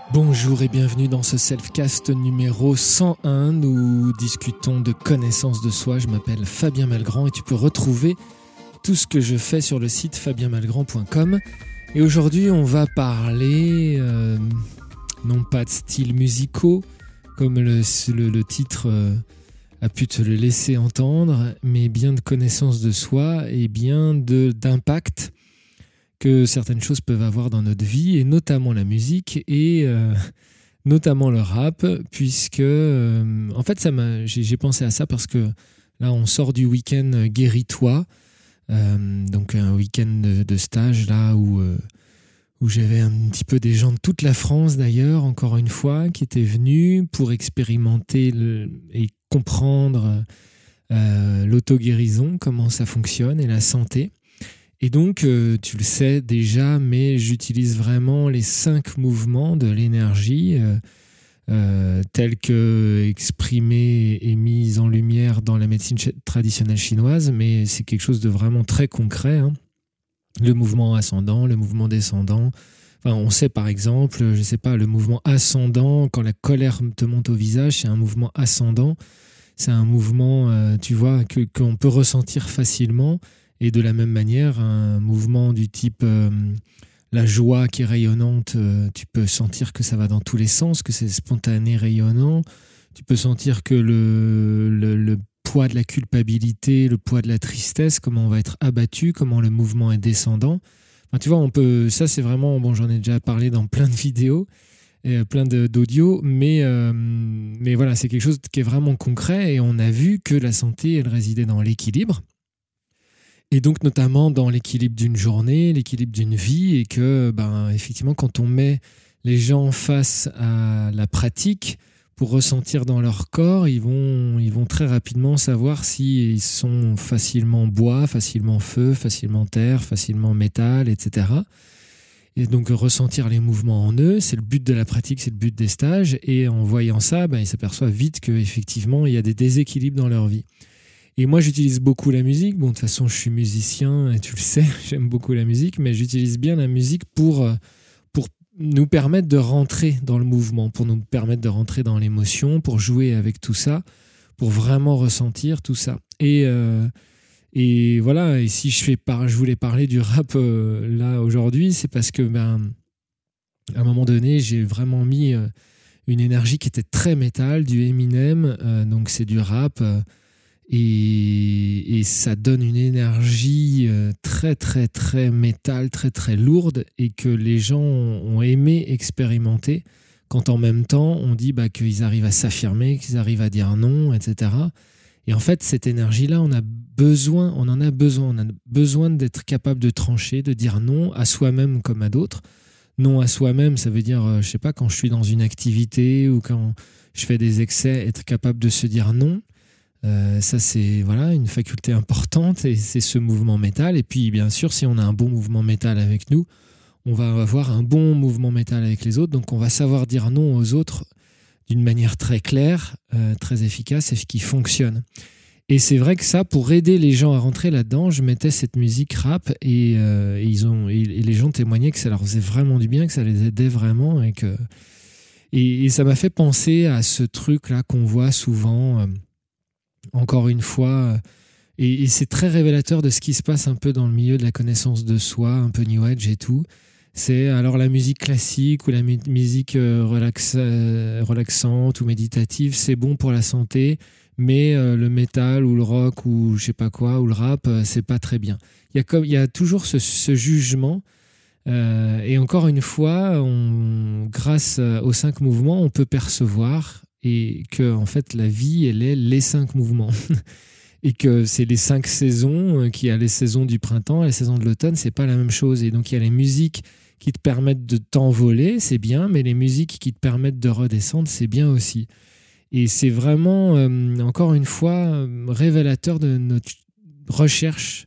Bonjour et bienvenue dans ce Selfcast numéro 101. Nous discutons de connaissance de soi. Je m'appelle Fabien Malgrand et tu peux retrouver tout ce que je fais sur le site fabienmalgrand.com. Et aujourd'hui, on va parler non pas de styles musicaux, comme le titre a pu te le laisser entendre, mais bien de connaissance de soi et bien d'impact que certaines choses peuvent avoir dans notre vie, et notamment la musique et notamment le rap, puisque en fait j'ai pensé à ça parce que là on sort du week-end Guéris-toi, donc un week-end de stage là où j'avais un petit peu des gens de toute la France d'ailleurs, encore une fois, qui étaient venus pour expérimenter et comprendre l'auto-guérison, comment ça fonctionne, et la santé. Et donc, tu le sais déjà, mais j'utilise vraiment les 5 mouvements de l'énergie tels que exprimés et mis en lumière dans la médecine traditionnelle chinoise, mais c'est quelque chose de vraiment très concret, hein. Le mouvement ascendant, le mouvement descendant. Enfin, on sait par exemple, je sais pas, le mouvement ascendant, quand la colère te monte au visage, c'est un mouvement ascendant. C'est un mouvement, tu vois, qu'on peut ressentir facilement. Et de la même manière, un mouvement du type la joie qui est rayonnante, tu peux sentir que ça va dans tous les sens, que c'est spontané, rayonnant. Tu peux sentir que le poids de la culpabilité, le poids de la tristesse, comment on va être abattu, comment le mouvement est descendant. Enfin, tu vois, ça c'est vraiment, bon, j'en ai déjà parlé dans plein de vidéos, plein d'audio, mais voilà, c'est quelque chose qui est vraiment concret, et on a vu que la santé, elle résidait dans l'équilibre. Et donc notamment dans l'équilibre d'une journée, l'équilibre d'une vie, et que effectivement quand on met les gens face à la pratique pour ressentir dans leur corps, ils vont très rapidement savoir s'ils sont facilement bois, facilement feu, facilement terre, facilement métal, etc. Et donc ressentir les mouvements en eux, c'est le but de la pratique, c'est le but des stages, et en voyant ça, ils s'aperçoivent vite qu'effectivement il y a des déséquilibres dans leur vie. Et moi, j'utilise beaucoup la musique. Bon, de toute façon, je suis musicien, et tu le sais, j'aime beaucoup la musique, mais j'utilise bien la musique pour nous permettre de rentrer dans le mouvement, pour nous permettre de rentrer dans l'émotion, pour jouer avec tout ça, pour vraiment ressentir tout ça. Et voilà, et si je voulais parler du rap là aujourd'hui, c'est parce que à un moment donné, j'ai vraiment mis une énergie qui était très métal, du Eminem, donc c'est du rap. Et ça donne une énergie très très très métal, très très lourde, et que les gens ont aimé expérimenter, quand en même temps on dit qu'ils arrivent à s'affirmer, qu'ils arrivent à dire non, etc. Et en fait cette énergie-là, on en a besoin d'être capable de trancher, de dire non à soi-même comme à d'autres. Non à soi-même, ça veut dire, je sais pas, quand je suis dans une activité ou quand je fais des excès, être capable de se dire non. Ça c'est une faculté importante, et c'est ce mouvement métal. Et puis bien sûr, si on a un bon mouvement métal avec nous, on va avoir un bon mouvement métal avec les autres, donc on va savoir dire non aux autres d'une manière très claire, très efficace, et qui fonctionne. Et c'est vrai que ça, pour aider les gens à rentrer là-dedans, je mettais cette musique rap, et les gens témoignaient que ça leur faisait vraiment du bien, que ça les aidait vraiment, et ça m'a fait penser à ce truc là qu'on voit souvent. Encore une fois, et c'est très révélateur de ce qui se passe un peu dans le milieu de la connaissance de soi, un peu New Age et tout. C'est alors la musique classique ou la musique relaxante ou méditative, c'est bon pour la santé, mais le métal ou le rock ou je sais pas quoi, ou le rap, c'est pas très bien. Il y a toujours ce jugement, et encore une fois, grâce aux 5 mouvements, on peut percevoir, et que en fait la vie, elle est les 5 mouvements et que c'est les 5 saisons, qu'il y a les saisons du printemps, les saisons de l'automne, c'est pas la même chose. Et donc il y a les musiques qui te permettent de t'envoler, c'est bien, mais les musiques qui te permettent de redescendre, c'est bien aussi. Et c'est vraiment encore une fois révélateur de notre recherche,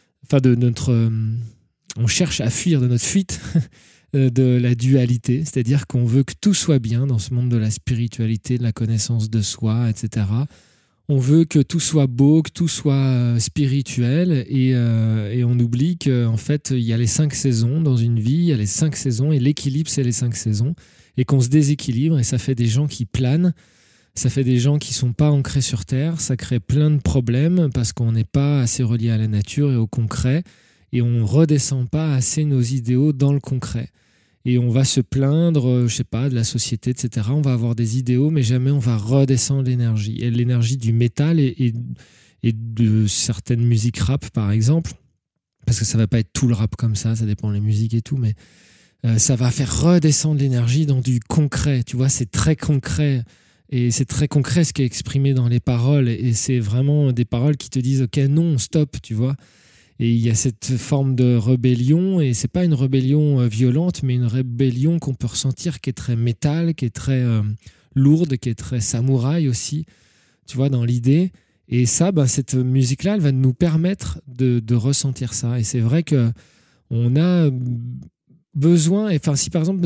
on cherche à fuir de notre fuite de la dualité, c'est-à-dire qu'on veut que tout soit bien dans ce monde de la spiritualité, de la connaissance de soi, etc. On veut que tout soit beau, que tout soit spirituel, et on oublie qu'en fait, il y a les 5 saisons dans une vie, il y a les 5 saisons, et l'équilibre, c'est les 5 saisons. et qu'on se déséquilibre, et ça fait des gens qui planent, ça fait des gens qui sont pas ancrés sur Terre, ça crée plein de problèmes parce qu'on n'est pas assez relié à la nature et au concret, et on redescend pas assez nos idéaux dans le concret. Et on va se plaindre, je sais pas, de la société, etc. On va avoir des idéaux, mais jamais on va redescendre l'énergie. Et l'énergie du métal et de certaines musiques rap, par exemple, parce que ça va pas être tout le rap comme ça dépend des musiques et tout, mais ça va faire redescendre l'énergie dans du concret. Tu vois, c'est très concret. Et c'est très concret ce qui est exprimé dans les paroles. Et c'est vraiment des paroles qui te disent « Ok, non, stop », tu vois. Et il y a cette forme de rébellion, et c'est pas une rébellion violente, mais une rébellion qu'on peut ressentir qui est très métal, qui est très lourde, qui est très samouraï aussi, tu vois, dans l'idée. Et ça, cette musique-là, elle va nous permettre de ressentir ça. Et c'est vrai que on a besoin, enfin, si par exemple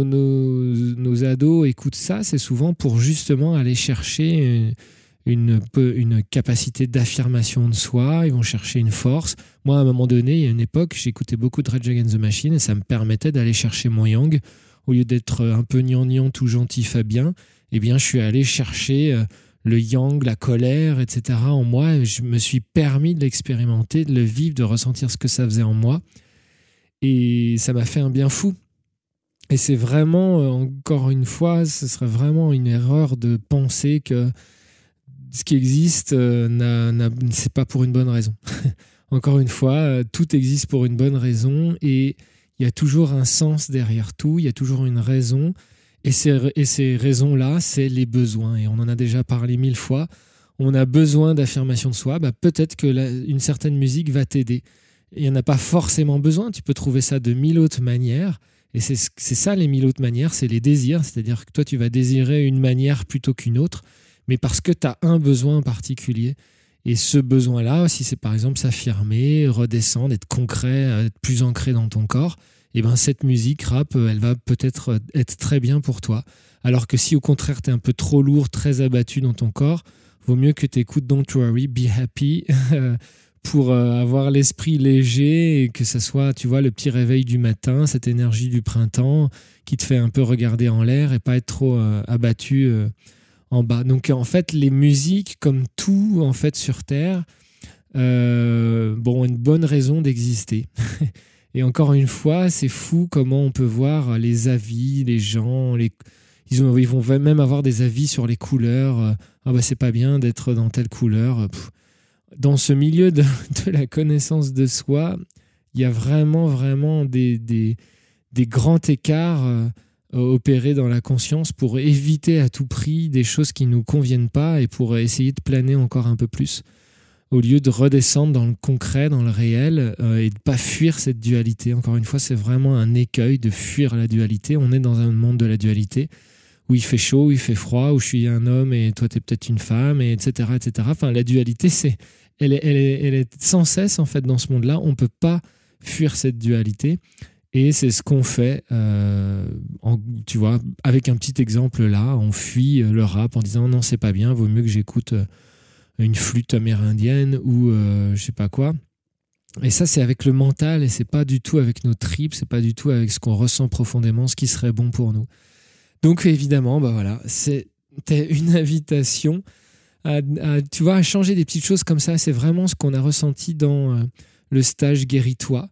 nos ados écoutent ça, c'est souvent pour justement aller chercher une capacité d'affirmation de soi, ils vont chercher une force. Moi, à un moment donné, il y a une époque, j'écoutais beaucoup de Rage Against the Machine et ça me permettait d'aller chercher mon yang. Au lieu d'être un peu gnangnan, tout gentil, Fabien, eh bien, je suis allé chercher le yang, la colère, etc. en moi. Et je me suis permis de l'expérimenter, de le vivre, de ressentir ce que ça faisait en moi. Et ça m'a fait un bien fou. Et c'est vraiment, encore une fois, ce serait vraiment une erreur de penser que ce qui existe, c'est pas pour une bonne raison. Encore une fois, tout existe pour une bonne raison et il y a toujours un sens derrière tout, il y a toujours une raison. Et ces raisons-là, c'est les besoins. Et on en a déjà parlé 1000 fois. On a besoin d'affirmation de soi. Peut-être que une certaine musique va t'aider. Il n'y en a pas forcément besoin. Tu peux trouver ça de 1000 autres manières. Et c'est ça, les 1000 autres manières, c'est les désirs. C'est-à-dire que toi, tu vas désirer une manière plutôt qu'une autre, mais parce que tu as un besoin en particulier. Et ce besoin-là, si c'est par exemple s'affirmer, redescendre, être concret, être plus ancré dans ton corps, et cette musique rap, elle va peut-être être très bien pour toi. Alors que si au contraire, tu es un peu trop lourd, très abattu dans ton corps, vaut mieux que tu écoutes Don't Worry, Be Happy pour avoir l'esprit léger et que ça soit, tu vois, le petit réveil du matin, cette énergie du printemps qui te fait un peu regarder en l'air et pas être trop abattu en bas. Donc en fait, les musiques, comme tout en fait sur Terre, ont une bonne raison d'exister. Et encore une fois, c'est fou comment on peut voir les avis, les gens, ils vont même avoir des avis sur les couleurs. C'est pas bien d'être dans telle couleur. Dans ce milieu de la connaissance de soi, il y a vraiment, vraiment des grands écarts opérés dans la conscience pour éviter à tout prix des choses qui ne nous conviennent pas et pour essayer de planer encore un peu plus, au lieu de redescendre dans le concret, dans le réel, et de ne pas fuir cette dualité. Encore une fois, c'est vraiment un écueil de fuir la dualité. On est dans un monde de la dualité, où il fait chaud, où il fait froid, où je suis un homme et toi, tu es peut-être une femme, et etc., etc. Enfin, la dualité, elle est sans cesse, en fait, dans ce monde-là. On ne peut pas fuir cette dualité. Et c'est ce qu'on fait, tu vois, avec un petit exemple là, on fuit le rap en disant non, c'est pas bien, vaut mieux que j'écoute une flûte amérindienne ou je sais pas quoi. Et ça, c'est avec le mental et c'est pas du tout avec nos tripes, c'est pas du tout avec ce qu'on ressent profondément, ce qui serait bon pour nous. Donc évidemment, voilà, c'était une invitation tu vois, à changer des petites choses comme ça. C'est vraiment ce qu'on a ressenti dans le stage Guéris-toi.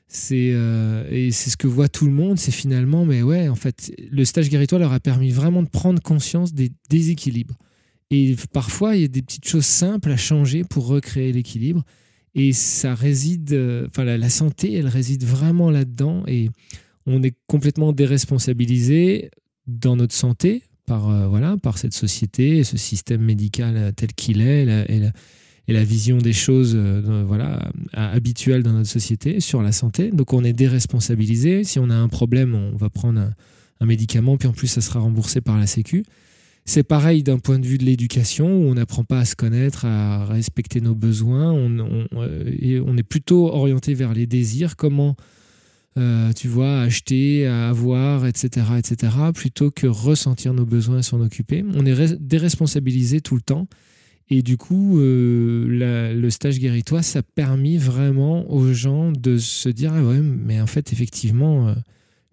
Et c'est ce que voit tout le monde, c'est finalement, mais ouais, en fait, le stage Guéris-toi leur a permis vraiment de prendre conscience des déséquilibres. Et parfois, il y a des petites choses simples à changer pour recréer l'équilibre. Et ça réside, la santé, elle réside vraiment là-dedans. Et on est complètement déresponsabilisé dans notre santé par cette société, ce système médical tel qu'il est, et la vision des choses habituelles dans notre société sur la santé. Donc on est déresponsabilisé. Si on a un problème, on va prendre un médicament, puis en plus ça sera remboursé par la Sécu. C'est pareil d'un point de vue de l'éducation, où on n'apprend pas à se connaître, à respecter nos besoins. Et on est plutôt orienté vers les désirs, comment tu vois, acheter, avoir, etc., plutôt que ressentir nos besoins et s'en occuper. On est déresponsabilisé tout le temps. Et du coup, le stage Guéris-toi, ça a permis vraiment aux gens de se dire « Ah ouais, mais en fait, effectivement,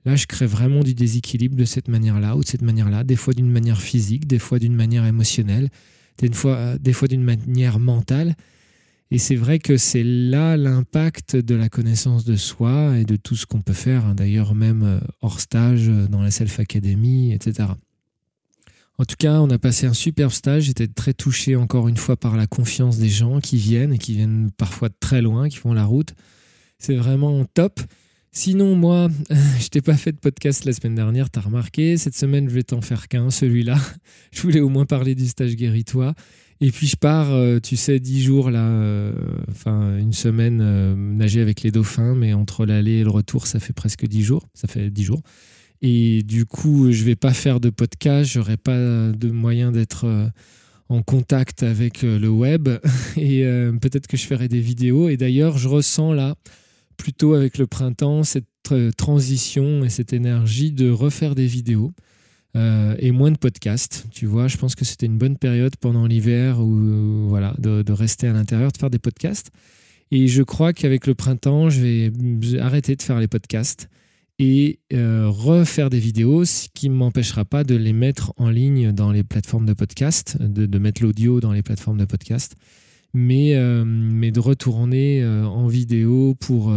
Là, je crée vraiment du déséquilibre de cette manière-là ou de cette manière-là, des fois d'une manière physique, des fois d'une manière émotionnelle, des fois d'une manière mentale. Et c'est vrai que c'est là l'impact de la connaissance de soi et de tout ce qu'on peut faire, hein, d'ailleurs même hors stage, dans la Self Academy, etc. En tout cas, on a passé un superbe stage. J'étais très touché encore une fois par la confiance des gens qui viennent et qui viennent parfois de très loin, qui font la route. C'est vraiment top. Sinon, moi, je t'ai pas fait de podcast la semaine dernière, t'as remarqué. Cette semaine, je vais t'en faire qu'un, celui-là. Je voulais au moins parler du stage Guéris-toi. Et puis je pars, 10 jours, là, une semaine nager avec les dauphins, mais entre l'aller et le retour, ça fait presque 10 jours. Ça fait 10 jours. Et du coup, je vais pas faire de podcast, j'aurai pas de moyen d'être en contact avec le web. Et peut-être que je ferai des vidéos. Et d'ailleurs, je ressens là, plutôt avec le printemps, cette transition et cette énergie de refaire des vidéos. Et moins de podcasts, tu vois. Je pense que c'était une bonne période pendant l'hiver où, voilà, de rester à l'intérieur, de faire des podcasts. Et je crois qu'avec le printemps, je vais arrêter de faire les podcasts et refaire des vidéos, ce qui ne m'empêchera pas de les mettre en ligne dans les plateformes de podcast, de mettre l'audio dans les plateformes de podcast, mais de retourner en vidéo pour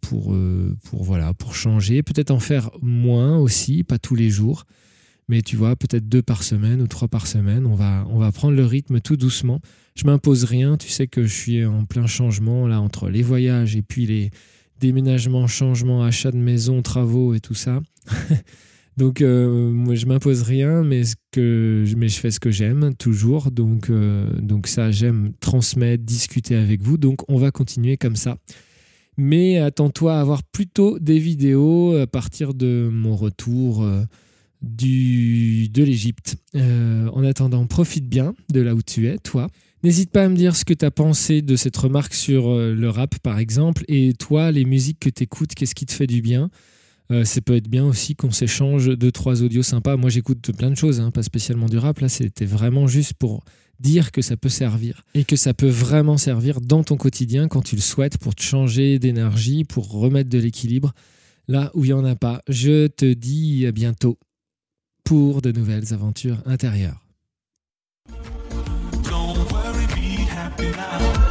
changer, peut-être en faire moins aussi, pas tous les jours. Mais tu vois, peut-être 2 par semaine ou 3 par semaine. On va prendre le rythme tout doucement. Je m'impose rien. Tu sais que je suis en plein changement là entre les voyages et puis les déménagements, changements, achats de maison, travaux et tout ça. Donc, moi, je m'impose rien, mais je fais ce que j'aime toujours. Donc ça, j'aime transmettre, discuter avec vous. Donc, on va continuer comme ça. Mais attends-toi à avoir plutôt des vidéos à partir de mon retour de l'Égypte. En attendant, profite bien de là où tu es, toi. N'hésite pas à me dire ce que tu as pensé de cette remarque sur le rap, par exemple. Et toi, les musiques que tu écoutes, qu'est-ce qui te fait du bien ? Ça peut être bien aussi qu'on s'échange 2-3 audios sympas. Moi, j'écoute plein de choses, hein, pas spécialement du rap. Là, c'était vraiment juste pour dire que ça peut servir et que ça peut vraiment servir dans ton quotidien quand tu le souhaites pour te changer d'énergie, pour remettre de l'équilibre là où il n'y en a pas. Je te dis à bientôt pour de nouvelles aventures intérieures. Don't worry, be happy now.